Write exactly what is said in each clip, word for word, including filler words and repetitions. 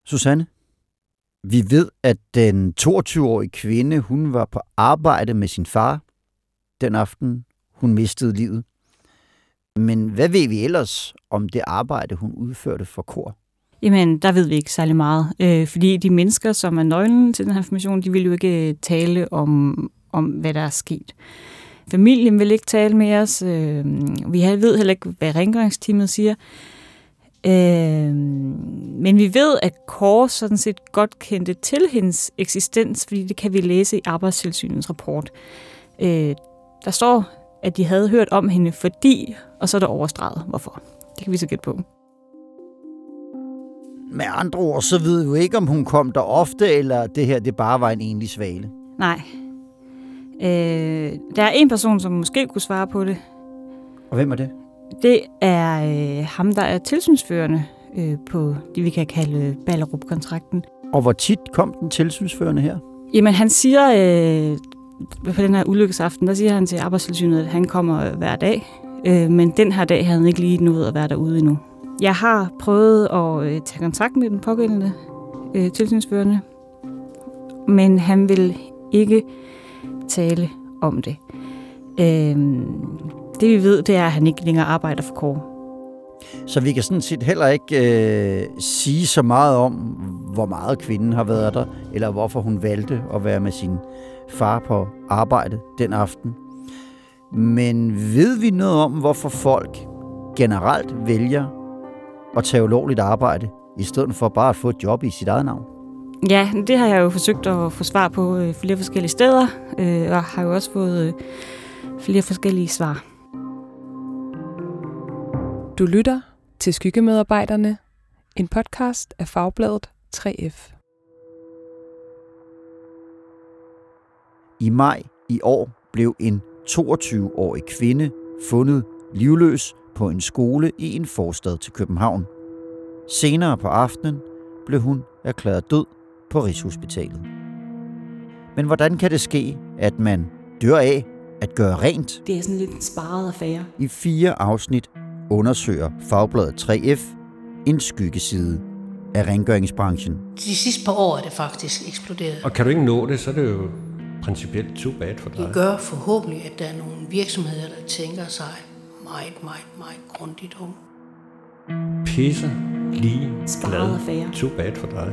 Susanne, vi ved, at den toogtyve-årige kvinde, hun var på arbejde med sin far den aften, hun mistede livet. Men hvad ved vi ellers om det arbejde, hun udførte for Kor? Jamen, der ved vi ikke særlig meget, øh, fordi de mennesker, som er nøglen til den her information, de vil jo ikke tale om, om hvad der er sket. Familien vil ikke tale med os. Øh, vi ved heller ikke, hvad rengøringsteamet siger. Øh, men vi ved, at Kåre sådan set godt kendte til hendes eksistens, fordi det kan vi læse i Arbejdstilsynets rapport. Øh, der står, at de havde hørt om hende, fordi, og så er der overstreget, hvorfor. Det kan vi så gætte på. Med andre ord, så ved vi jo ikke, om hun kom der ofte, eller det her det bare var en enlig svale. Nej. Øh, der er en person, som måske kunne svare på det. Og hvem er det? Det er øh, ham, der er tilsynsførende øh, på det, vi kan kalde Ballerup-kontrakten. Og hvor tit kom den tilsynsførende her? Jamen, han siger, øh, på den her ulykkesaften, der siger han til Arbejdstilsynet, at han kommer hver dag. Øh, men den her dag havde han ikke lige nået at være derude endnu. Jeg har prøvet at øh, tage kontakt med den pågældende øh, tilsynsførende, men han vil ikke tale om det. Øh, det vi ved, det er, at han ikke længere arbejder for Kåre. Så vi kan sådan set heller ikke øh, sige så meget om, hvor meget kvinden har været der, eller hvorfor hun valgte at være med sin far på arbejde den aften. Men ved vi noget om, hvorfor folk generelt vælger at tage ulovligt arbejde, i stedet for bare at få et job i sit eget navn? Ja, det har jeg jo forsøgt at få svar på øh, flere forskellige steder, øh, og har jo også fået øh, flere forskellige svar. Du lytter til Skyggemedarbejderne, en podcast af Fagbladet tre F. I maj i år blev en toogtyve-årig kvinde fundet livløs på en skole i en forstad til København. Senere på aftenen blev hun erklæret død på Rigshospitalet. Men hvordan kan det ske, at man dør af at gøre rent? Det er sådan lidt en sparet affære. I fire afsnit undersøger Fagbladet tre F en skyggeside af rengøringsbranchen. De sidste par år er det faktisk eksploderet. Og kan du ikke nå det, så er det jo principielt too bad for dig. Det gør forhåbentlig, at der er nogle virksomheder, der tænker sig meget, meget, meget grundigt om. Pisse, lige, Sparet affære. Too bad for dig.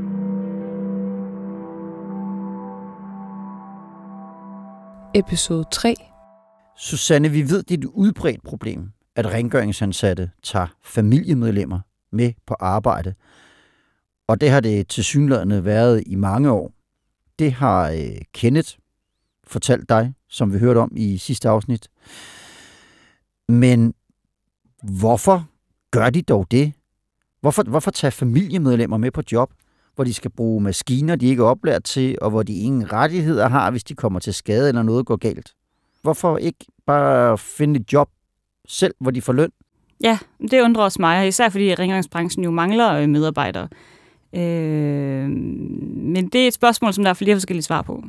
Episode tre. Susanne, vi ved, det er et udbredt problem, at rengøringsansatte tager familiemedlemmer med på arbejde. Og det har det tilsyneladende været i mange år. Det har øh, Kenneth fortalt dig, som vi hørte om i sidste afsnit. Men hvorfor gør de dog det? Hvorfor, hvorfor tage familiemedlemmer med på job, hvor de skal bruge maskiner, de ikke er oplært til, og hvor de ingen rettigheder har, hvis de kommer til skade eller noget går galt? Hvorfor ikke bare finde et job selv, hvor de får løn? Ja, det undrer også mig, især fordi rengøringsbranchen jo mangler medarbejdere. Øh, men det er et spørgsmål, som der er flere forskellige svar på.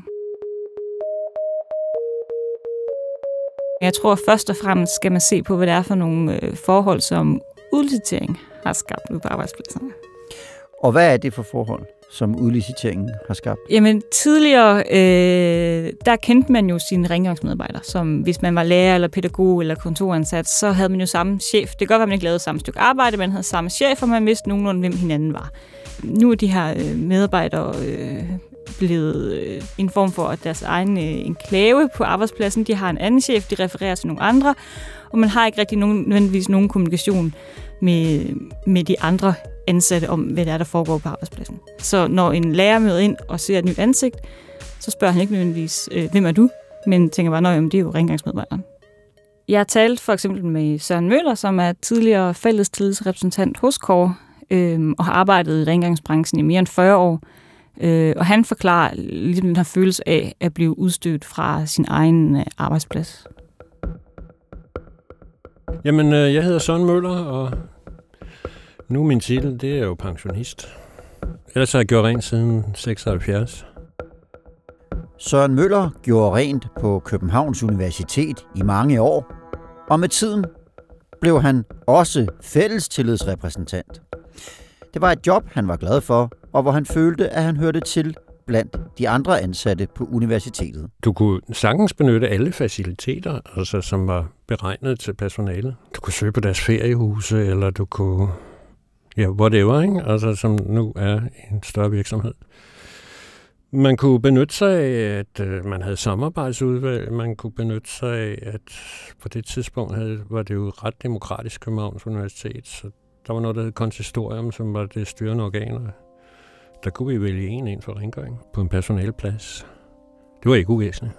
Jeg tror først og fremmest skal man se på, hvad det er for nogle forhold, som udlicitering har skabt ude på arbejdspladserne. Og hvad er det for forhold, som udliciteringen har skabt? Jamen tidligere, øh, der kendte man jo sine rengøringsmedarbejdere, som hvis man var lærer eller pædagog eller kontoransat, så havde man jo samme chef. Det kan godt være, at man ikke lavede samme stykke arbejde, men man havde samme chef, og man vidste nogenlunde, hvem hinanden var. Nu er de her øh, medarbejdere øh, blevet øh, en form for at deres egen øh, enklave på arbejdspladsen. De har en anden chef, de refererer til nogle andre, og man har ikke rigtig nogen, nødvendigvis nogen kommunikation med, med de andre ansatte om, hvad det er, der foregår på arbejdspladsen. Så når en lærer møder ind og ser et nyt ansigt, så spørger han ikke nødvendigvis, øh, hvem er du? Men tænker bare, nej, det er jo rengøringsmedarbejderen. Jeg har talt for eksempel med Søren Møller, som er tidligere fællestillidsrepræsentant hos Kåre, øh, og har arbejdet i rengøringsbranchen i mere end fyrre år. Øh, og han forklarer ligesom den her følelse af at blive udstødt fra sin egen øh, arbejdsplads. Jamen, øh, jeg hedder Søren Møller, og nu min titel, det er jo pensionist. Ellers har jeg gjort rent siden seksoghalvfjerds. Søren Møller gjorde rent på Københavns Universitet i mange år, og med tiden blev han også fællestillidsrepræsentant. Det var et job, han var glad for, og hvor han følte, at han hørte til blandt de andre ansatte på universitetet. Du kunne sagtens benytte alle faciliteter, altså, som var beregnet til personalet. Du kunne søge på deres feriehuse, eller du kunne... Ja, whatever, ikke? Altså, som nu er en større virksomhed. Man kunne benytte sig af, at øh, man havde samarbejdsudvalg. Man kunne benytte sig af, at på det tidspunkt havde, var det jo ret demokratisk Københavns Universitet, så der var noget, der hed konsistorium, som var det styrende organer. Der kunne vi vælge en ind for rengøring på en personaleplads. Det var ikke uvæsentligt.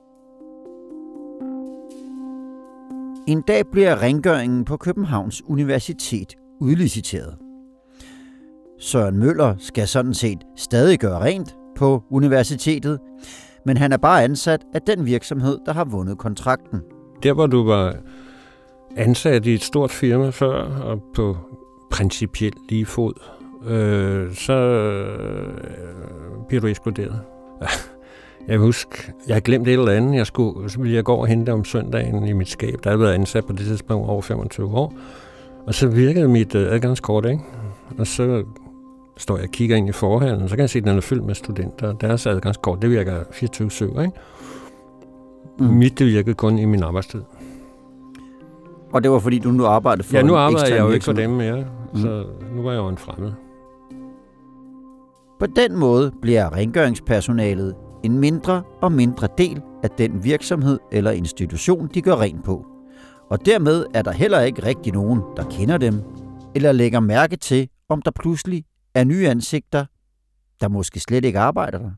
En dag bliver rengøringen på Københavns Universitet udliciteret. Søren Møller skal sådan set stadig gøre rent på universitetet, men han er bare ansat af den virksomhed, der har vundet kontrakten. Der, hvor du var ansat i et stort firma før, og på principielt lige fod, øh, så øh, bliver du ekskluderet. Jeg husker, jeg har glemt et eller andet. Jeg skulle, så ville jeg gå og hente om søndagen i mit skab. Der havde været ansat på det tidspunkt over femogtyve år. Og så virkede mit øh, adgangskort, ikke? Og så står jeg og kigger ind i forhallen, så kan jeg se, at den er fyldt med studenter. Deres adgangskort, det virker fireogtyve syv, ikke? Mm. Mit, det virkede kun i min arbejdstid. Og det var fordi, du nu arbejdede for ja, en nu arbejder jeg jo ikke for virksomhed. dem mere, mm. så nu var jeg jo en fremmed. På den måde bliver rengøringspersonalet en mindre og mindre del af den virksomhed eller institution, de gør rent på. Og dermed er der heller ikke rigtig nogen, der kender dem, eller lægger mærke til, om der pludselig er nye ansigter, der måske slet ikke arbejder der.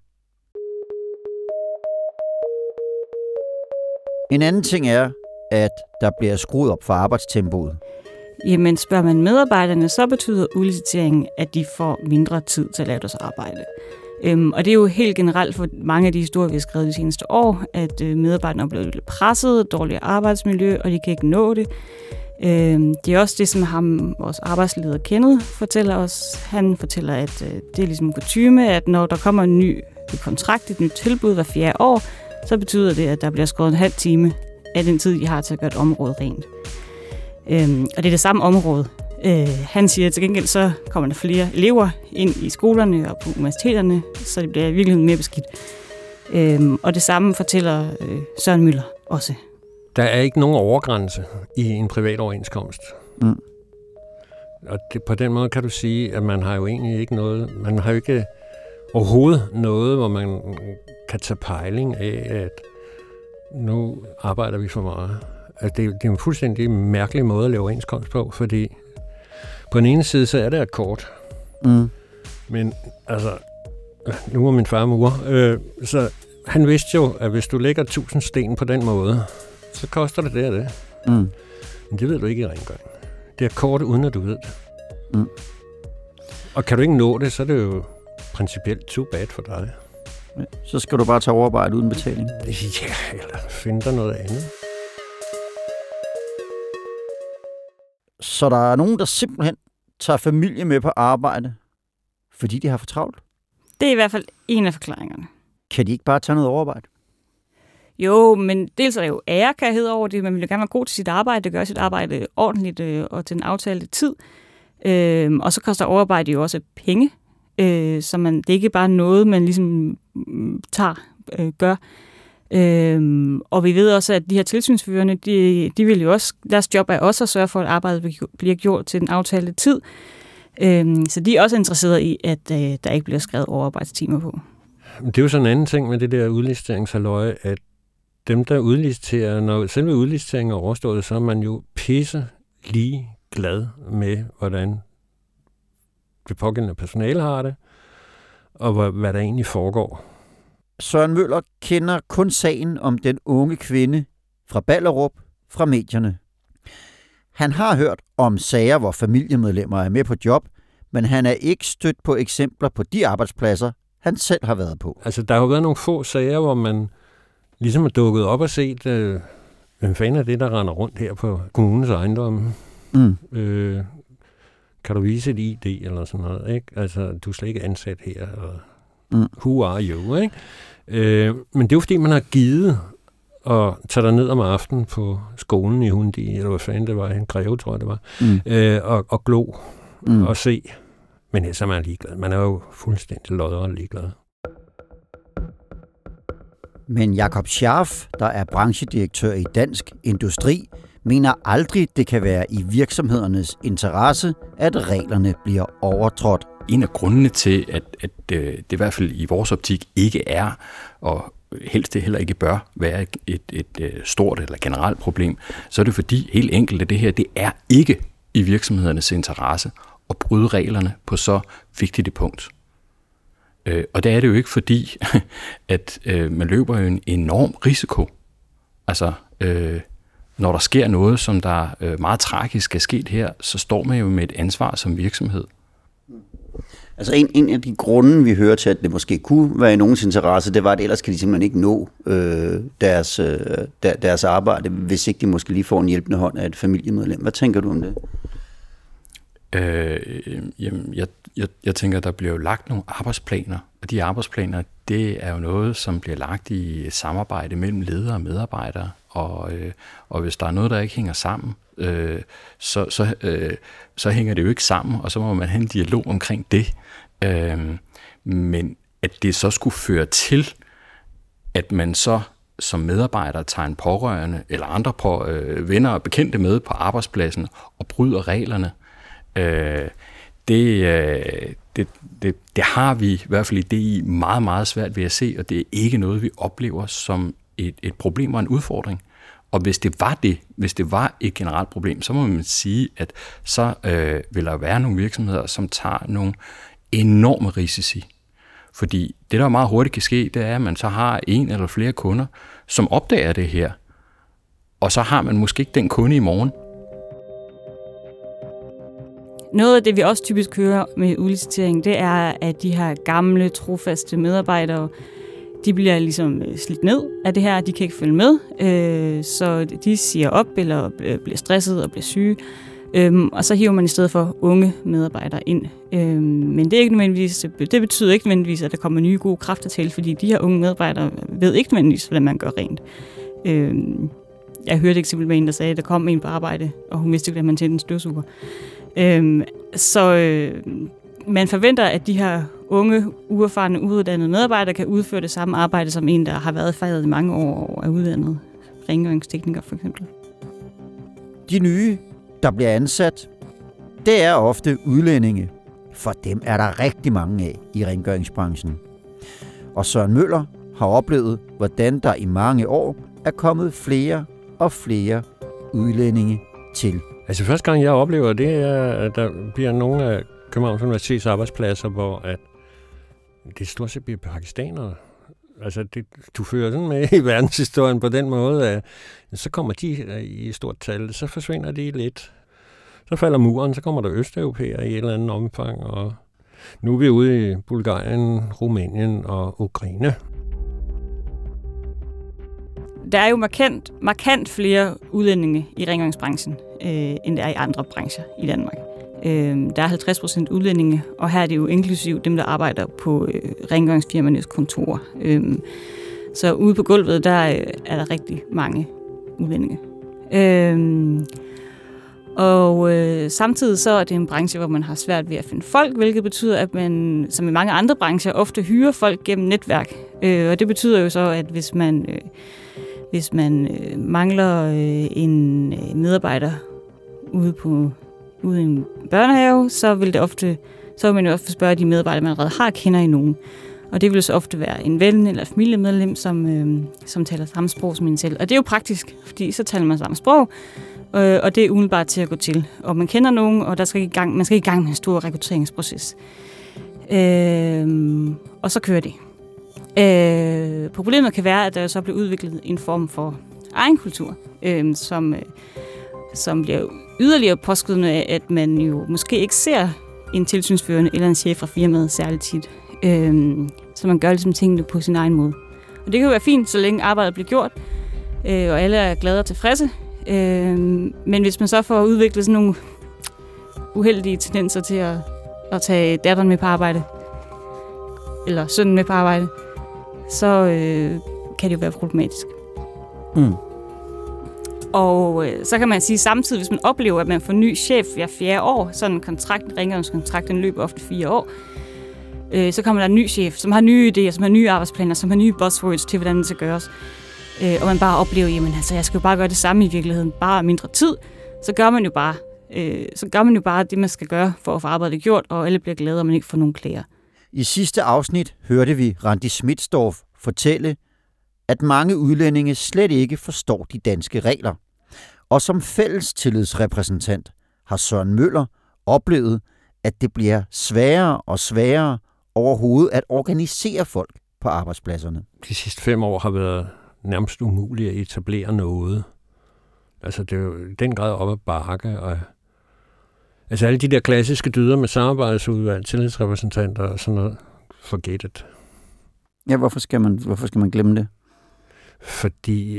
En anden ting er, at der bliver skruet op for arbejdstempoet. Jamen, spørger man medarbejderne, så betyder udliciteringen, at de får mindre tid til at lave deres arbejde. Øhm, og det er jo helt generelt for mange af de historier, vi har skrevet de seneste år, at øh, medarbejderne oplever lidt presset, dårligt arbejdsmiljø, og de kan ikke nå det. Øhm, det er også det, som ham, vores arbejdsleder Kenneth fortæller os. Han fortæller, at øh, det er ligesom kutyme, at når der kommer en ny kontrakt, et nyt tilbud hver fjerde år, så betyder det, at der bliver skåret en halv time af den tid, de har til at gøre et område rent. Øhm, og det er det samme område. Øh, han siger, at til gengæld så kommer der flere elever ind i skolerne og på universiteterne, så det bliver i virkeligheden mere beskidt. Øhm, og det samme fortæller øh, Søren Møller også. Der er ikke nogen overgrænse i en privat overenskomst. Mm. Og det, på den måde kan du sige, at man har jo egentlig ikke noget, man har jo ikke overhovedet noget, hvor man kan tage pejling af, at nu arbejder vi for meget. Altså, det, det er en fuldstændig mærkelig måde at lave overenskomst på, fordi på den ene side, så er det akkord. Mm. Men altså, nu var min far murer, øh, så han vidste jo, at hvis du lægger tusind sten på den måde, så koster det det og det. Mm. Men det ved du ikke i rengøring. Det er akkord, uden at du ved det. Mm. Og kan du ikke nå det, så er det jo principielt too bad for dig. Ja, så skal du bare tage overarbejde uden betaling. Ja, eller finde dig noget andet. Så der er nogen, der simpelthen tager familie med på arbejde, fordi de har for travlt. Det er i hvert fald en af forklaringerne. Kan de ikke bare tage noget overarbejde? Jo, men dels er der jo ærekærhed over det. Man vil jo gerne være god til sit arbejde, det gør sit arbejde ordentligt øh, og til den aftalte tid. Øh, og så koster overarbejde jo også penge, øh, så man, det er ikke bare noget, man ligesom tager, øh, gør. Øhm, og vi ved også, at de her tilsynsførende, de, de vil jo også, deres job er også at sørge for, at arbejdet bliver gjort til den aftalte tid. Øhm, så de er også interesserede i, at øh, der ikke bliver skrevet overarbejdstimer på. Det er jo sådan en anden ting med det der udliciteringshaløje, at dem, der udliciterer, når selve udliciteringen er overstået, så er man jo pisse lige glad med, hvordan det pågældende personale har det, og hvad, hvad der egentlig foregår. Søren Møller kender kun sagen om den unge kvinde fra Ballerup fra medierne. Han har hørt om sager, hvor familiemedlemmer er med på job, men han er ikke stødt på eksempler på de arbejdspladser, han selv har været på. Altså, der har jo været nogle få sager, hvor man ligesom er dukket op og set, øh, hvem fanden er det, der render rundt her på kommunens ejendomme? Mm. Øh, kan du vise et I D eller sådan noget, ikke? Altså, du er slet ikke ansat her, eller mm. who are you, ikke? Øh, men det er jo fordi, man har givet at tage dig ned om aftenen på skolen i Hundi, eller hvad fanden det var, en Greve, tror jeg det var, mm. øh, og, og glo mm. og se. Men ellers er man ligeglad. Man er jo fuldstændig lodret ligeglad. Men Jakob Scharf, der er branchedirektør i Dansk Industri, mener aldrig, det kan være i virksomhedernes interesse, at reglerne bliver overtrådt. En af grundene til, at, at det i hvert fald i vores optik ikke er, og helst det heller ikke bør være et, et, et stort eller generelt problem, så er det fordi helt enkelt, at det her det er ikke i virksomhedernes interesse at bryde reglerne på så vigtigt et punkt. Og det er det jo ikke fordi, at man løber jo en enorm risiko. Altså, når der sker noget, som der meget tragisk er sket her, så står man jo med et ansvar som virksomhed. Altså en, en af de grunde, vi hører til, at det måske kunne være i nogens interesse, det var, at ellers kan de simpelthen ikke nå øh, deres, øh, der, deres arbejde, hvis ikke de måske lige får en hjælpende hånd af et familiemedlem. Hvad tænker du om det? Øh, jamen, jeg, jeg, jeg tænker, der bliver jo lagt nogle arbejdsplaner, og de arbejdsplaner, det er jo noget, som bliver lagt i et samarbejde mellem ledere og medarbejdere, og, øh, og hvis der er noget, der ikke hænger sammen, øh, så, så, øh, så hænger det jo ikke sammen, og så må man have en dialog omkring det. Øh, men at det så skulle føre til, at man så som medarbejder tager en pårørende eller andre på, øh, venner og bekendte med på arbejdspladsen og bryder reglerne, øh, det, øh, det, det, det har vi i hvert fald i D I meget, meget svært ved at se, og det er ikke noget, vi oplever som et, et problem og en udfordring. Og hvis det var det, hvis det var et generelt problem, så må man sige, at så øh, vil der være nogle virksomheder, som tager nogle enorme risici. Fordi det, der meget hurtigt kan ske, det er, at man så har en eller flere kunder, som opdager det her. Og så har man måske ikke den kunde i morgen. Noget af det, vi også typisk hører med udlicitering, det er, at de her gamle, trofaste medarbejdere, de bliver ligesom slidt ned af det her, de kan ikke følge med, øh, så de siger op eller bliver stresset og bliver syge, øh, og så hiver man i stedet for unge medarbejdere ind. Øh, men det er ikke nødvendigvis, det betyder ikke nødvendigvis, at der kommer nye gode kræfter til, fordi de her unge medarbejdere ved ikke nødvendigvis, hvordan man gør rent. Øh, jeg hørte et eksempel med en, der sagde, at der kom en på arbejde, og hun vidste ikke, at man tændte en støvsuger. Øh, så øh, man forventer, at de her unge, uerfarne, uddannede medarbejdere kan udføre det samme arbejde som en, der har været i faget i mange år og er uddannet rengøringstekniker for eksempel. De nye, der bliver ansat, det er ofte udlændinge. For dem er der rigtig mange af i rengøringsbranchen. Og Søren Møller har oplevet, hvordan der i mange år er kommet flere og flere udlændinge til. Altså første gang, jeg oplever det, er, at der bliver nogle af Københavns Universitets arbejdspladser, hvor at det stort set bliver pakistanere. Altså, det, du fører sådan med i verdenshistorien på den måde, at så kommer de i stort tal, så forsvinder de lidt. Så falder muren, så kommer der østeuropæere i et eller andet omfang, og nu er vi ude i Bulgarien, Rumænien og Ukraine. Der er jo markant, markant flere udlændinge i rengøringsbranchen, øh, end der er i andre brancher i Danmark. Øh, der er halvtreds procent udlændinge, og her er det jo inklusiv dem, der arbejder på øh, rengøringsfirmaernes kontorer. Øh, så ude på gulvet, der øh, er der rigtig mange udlændinge. Øh, og øh, samtidig så er det en branche, hvor man har svært ved at finde folk, hvilket betyder, at man, som i mange andre brancher, ofte hyrer folk gennem netværk. Øh, og det betyder jo så, at hvis man... Øh, Hvis man øh, mangler øh, en øh, medarbejder ude på ude i en børnehave, så vil det ofte så vil man jo ofte spørge de medarbejdere, man allerede har, kender i nogen. Og det vil så ofte være en ven eller et familiemedlem, som, øh, som taler samme sprog som en selv. Og det er jo praktisk, fordi så taler man samme sprog, øh, og det er umiddelbart til at gå til. Og man kender nogen, og der skal i gang, man skal i gang med en stor rekrutteringsproces. Øh, og så kører det. Øh, problemet kan være, at der så bliver udviklet en form for egen kultur, øh, som, øh, som bliver yderligere påskydende af, at man jo måske ikke ser en tilsynsførende eller en chef fra firmaet særligt tit. Øh, så man gør ligesom tingene på sin egen måde. Og det kan jo være fint, så længe arbejdet bliver gjort, øh, og alle er glade og tilfredse. Øh, men hvis man så får udviklet sådan nogle uheldige tendenser til at, at tage datteren med på arbejde, eller sønnen med på arbejde, så øh, kan det jo være problematisk. Mm. Og øh, så kan man sige samtidig, hvis man oplever, at man får ny chef hver fjerde år, sådan en kontrakt, en rengøringskontrakt, den løber ofte fire år, øh, så kommer der en ny chef, som har nye idéer, som har nye arbejdsplaner, som har nye buzzwords til, hvordan det skal gøres. Øh, og man bare oplever, jamen altså, jeg skal jo bare gøre det samme i virkeligheden, bare mindre tid, så gør man jo bare, øh, så gør man jo bare det, man skal gøre for at få arbejdet gjort, og alle bliver glade, og man ikke får nogen klager. I sidste afsnit hørte vi Randi Smitsdorf fortælle, at mange udlændinge slet ikke forstår de danske regler. Og som fælles tillidsrepræsentant har Søren Møller oplevet, at det bliver sværere og sværere overhovedet at organisere folk på arbejdspladserne. De sidste fem år har været nærmest umuligt at etablere noget. Altså det er jo i den grad op ad bakke. Og altså alle de der klassiske dyder med samarbejdsudvalg, tillidsrepræsentanter og sådan noget, forget it. Ja, hvorfor skal man, hvorfor skal man glemme det? Fordi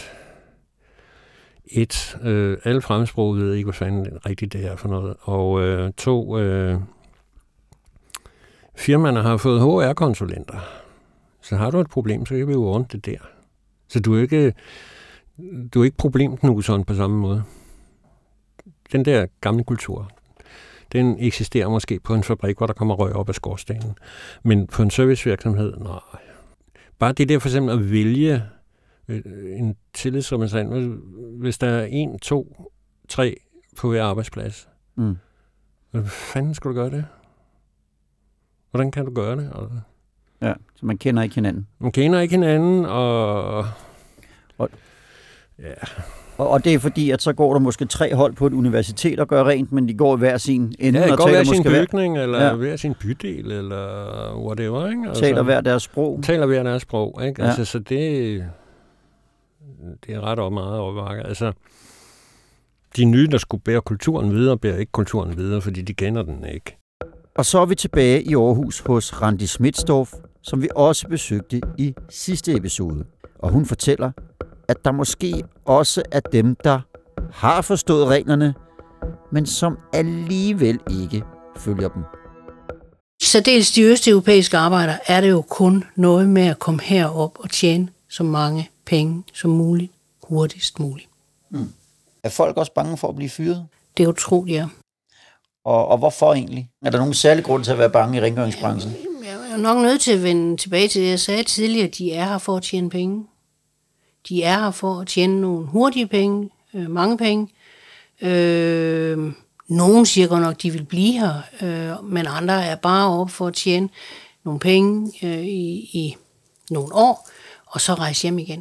et, øh, alle fremmedsprog ved ikke, hvad fanden rigtigt det er for noget. Og øh, to, øh, firmaerne har fået H R-konsulenter. Så har du et problem, så kan vi jo ordne det der. Så du er ikke, du er ikke problemknuseren på samme måde. Den der gamle kultur, den eksisterer måske på en fabrik, hvor der kommer røg op af skorstenen. Men på en servicevirksomhed, nej. Bare det der for eksempel at vælge en tillidsrepræsentant, hvis der er en, to, tre på hver arbejdsplads. Mm. Hvad fanden skal du gøre det? Hvordan kan du gøre det? Ja, så man kender ikke hinanden. Man kender ikke hinanden, og... og ja... Og, og det er fordi, at så går der måske tre hold på et universitet og gør rent, men de går i hver sin ende. Ja, og går taler hver sin måske bygning, hver, eller ja. hver sin bydel, eller whatever, ikke? Altså, taler hver deres sprog. Taler hver deres sprog, ikke? Ja. Altså, så det, det er ret og meget overværket. Altså, de nye, der skulle bære kulturen videre, bærer ikke kulturen videre, fordi de kender den ikke. Og så er vi tilbage i Aarhus hos Randi Smitsdorf, som vi også besøgte i sidste episode. Og hun fortæller, at der måske også er dem, der har forstået reglerne, men som alligevel ikke følger dem. Særdeles de østeuropæiske arbejdere er det jo kun noget med at komme herop og tjene så mange penge som muligt, hurtigst muligt. Mm. Er folk også bange for at blive fyret? Det er utroligt, ja. Og, og hvorfor egentlig? Er der nogen særlig grund til at være bange i rengøringsbranchen? Jeg er nok nødt til at vende tilbage til det, jeg sagde tidligere. De er her for at tjene penge. De er her for at tjene nogle hurtige penge, øh, mange penge. Øh, nogen siger godt nok, de vil blive her, øh, men andre er bare op for at tjene nogle penge øh, i, i nogle år, og så rejse hjem igen.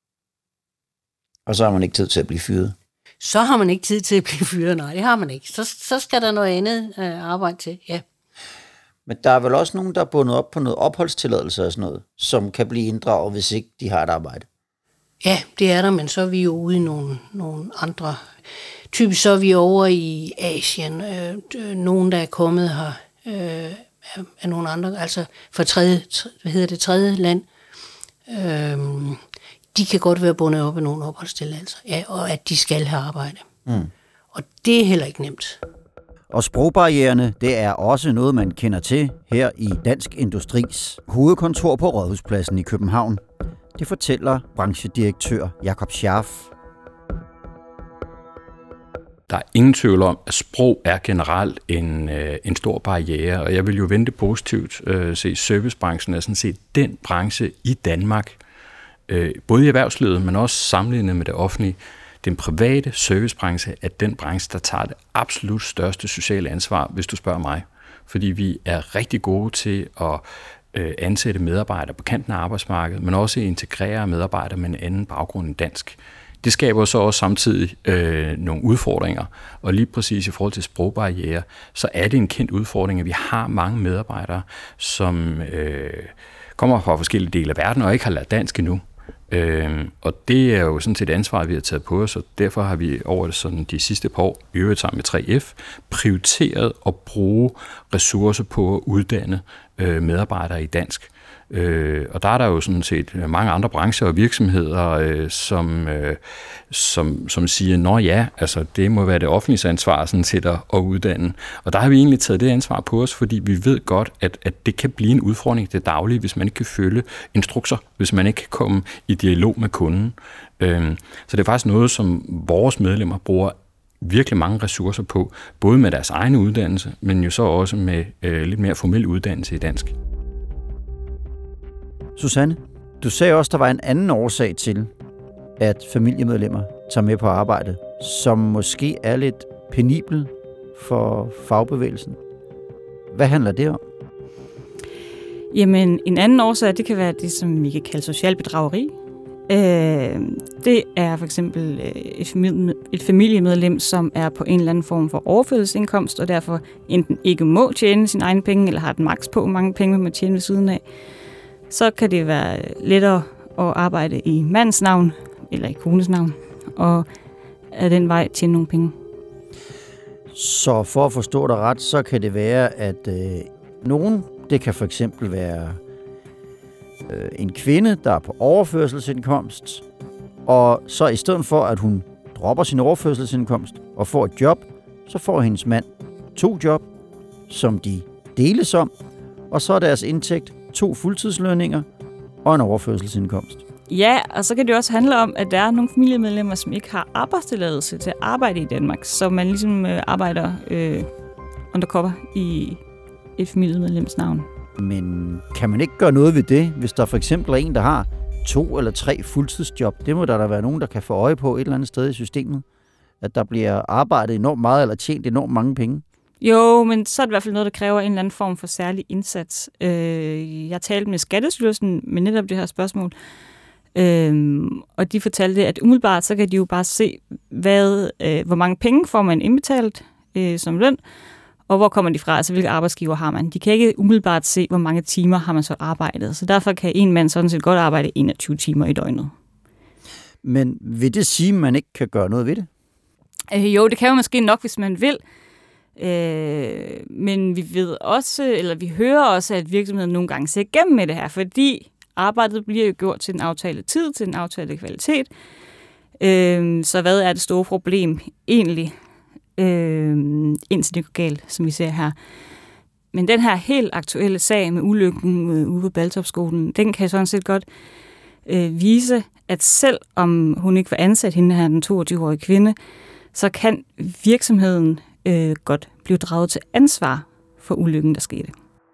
Og så har man ikke tid til at blive fyret? Så har man ikke tid til at blive fyret, nej, det har man ikke. Så, så skal der noget andet øh, arbejde til, ja. Men der er vel også nogen, der er bundet op på noget opholdstilladelse og sådan noget, som kan blive inddraget, hvis ikke de har et arbejde? Ja, det er der, men så er vi jo ude i nogle, nogle andre. Typisk så er vi over i Asien. Øh, nogen, der er kommet her øh, af nogle andre, altså fra tredje, hvad hedder det, tredje land. Øh, de kan godt være bundet op af nogle opholdstilladelser, ja, og at de skal have arbejde. Mm. Og det er heller ikke nemt. Og sprogbarriererne, det er også noget, man kender til her i Dansk Industris hovedkontor på Rådhuspladsen i København. Det fortæller branchedirektør Jakob Scharf. Der er ingen tvivl om, at sprog er generelt en, øh, en stor barriere, og jeg vil jo vente positivt øh, se servicebranchen er sådan set den branche i Danmark, øh, både i erhvervslivet, men også sammenlignet med det offentlige. Den private servicebranche er den branche, der tager det absolut største sociale ansvar, hvis du spørger mig. Fordi vi er rigtig gode til at øh, ansætte medarbejdere på kanten af arbejdsmarkedet, men også integrere medarbejdere med en anden baggrund end dansk. Det skaber så også samtidig øh, nogle udfordringer, og lige præcis i forhold til sprogbarriere, så er det en kendt udfordring, at vi har mange medarbejdere, som øh, kommer fra forskellige dele af verden og ikke har lært dansk endnu. Øh, og det er jo sådan set ansvar, vi har taget på os, og derfor har vi over sådan de sidste par år, i øvrigt sammen med tre F, prioriteret at bruge ressourcer på at uddanne øh, medarbejdere i dansk. Øh, og der er der jo sådan set mange andre brancher og virksomheder, øh, som, øh, som, som siger, nå ja, altså det må være det offentlige ansvar sådan set at, at uddanne. Og der har vi egentlig taget det ansvar på os, fordi vi ved godt, at, at det kan blive en udfordring det daglige, hvis man ikke kan følge instrukser, hvis man ikke kan komme i dialog med kunden. Øh, så det er faktisk noget, som vores medlemmer bruger virkelig mange ressourcer på, både med deres egen uddannelse, men jo så også med øh, lidt mere formel uddannelse i dansk. Susanne, du sagde også, der var en anden årsag til, at familiemedlemmer tager med på arbejde, som måske er lidt penibel for fagbevægelsen. Hvad handler det om? Jamen, en anden årsag, det kan være det, som vi kan kalde social bedrageri. Øh, det er for eksempel et, familie, et familiemedlem, som er på en eller anden form for overførselsindkomst, og derfor enten ikke må tjene sine egne penge, eller har et maks på, hvor mange penge man må tjene ved siden af. Så kan det være lettere at arbejde i mands navn, eller i kones navn, og af den vej tjene nogle penge. Så for at forstå dig ret, så kan det være, at øh, nogen, det kan for eksempel være øh, en kvinde, der er på overførselsindkomst, og så i stedet for, at hun dropper sin overførselsindkomst og får et job, så får hendes mand to job, som de deles om, og så er deres indtægt to fuldtidslønninger og en overførselsindkomst. Ja, og så kan det også handle om, at der er nogle familiemedlemmer, som ikke har arbejdstilladelse til at arbejde i Danmark, så man ligesom øh, arbejder øh, undercover i et familiemedlems navn. Men kan man ikke gøre noget ved det, hvis der for eksempel er en, der har to eller tre fuldtidsjob? Det må der da være nogen, der kan få øje på et eller andet sted i systemet. At der bliver arbejdet enormt meget eller tjent enormt mange penge. Jo, men så er det i hvert fald noget, der kræver en eller anden form for særlig indsats. Øh, jeg talte med Skattestyrelsen med netop det her spørgsmål, øh, og de fortalte, at umiddelbart så kan de jo bare se, hvad, øh, hvor mange penge får man indbetalt øh, som løn, og hvor kommer de fra, altså hvilke arbejdsgiver har man. De kan ikke umiddelbart se, hvor mange timer har man så arbejdet, så derfor kan en mand sådan set godt arbejde enogtyve timer i døgnet. Men vil det sige, at man ikke kan gøre noget ved det? Øh, jo, det kan jo måske nok, hvis man vil. Øh, men vi ved også, eller vi hører også, at virksomheden nogle gange ser igennem med det her, fordi arbejdet bliver jo gjort til den aftalte tid, til den aftalte kvalitet. Øh, så hvad er det store problem egentlig, øh, indtil det går galt, som vi ser her? Men den her helt aktuelle sag med ulykken ude på Baltopskolen, den kan sådan set godt øh, vise, at selv om hun ikke var ansat, hende her, den toogtyve-årige kvinde, så kan virksomheden øh, godt blive draget til ansvar for ulykken, der skete.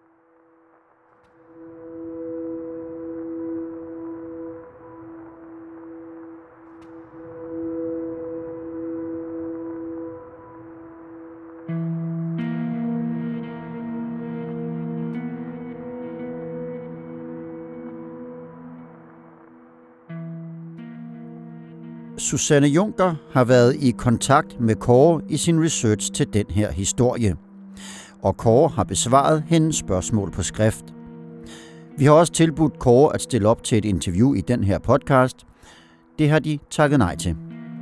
Susanne Juncker har været i kontakt med Kåre i sin research til den her historie. Og Kåre har besvaret hendes spørgsmål på skrift. Vi har også tilbudt Kåre at stille op til et interview i den her podcast. Det har de takket nej til.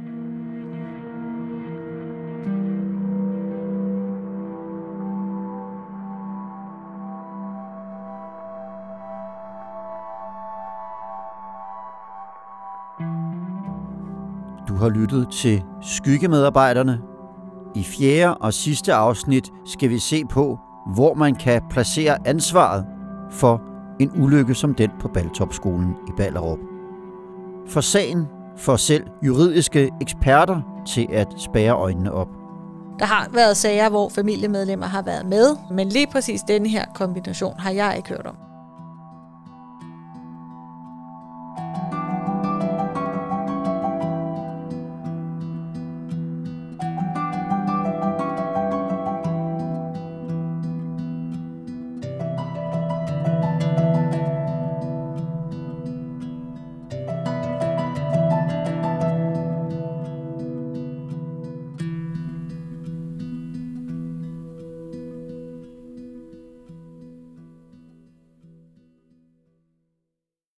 Du har lyttet til Skyggemedarbejderne. I fjerde og sidste afsnit skal vi se på, hvor man kan placere ansvaret for en ulykke som den på Baltopskolen i Ballerup. For sagen får selv juridiske eksperter til at spærre øjnene op. Der har været sager, hvor familiemedlemmer har været med, men lige præcis denne her kombination har jeg ikke hørt om.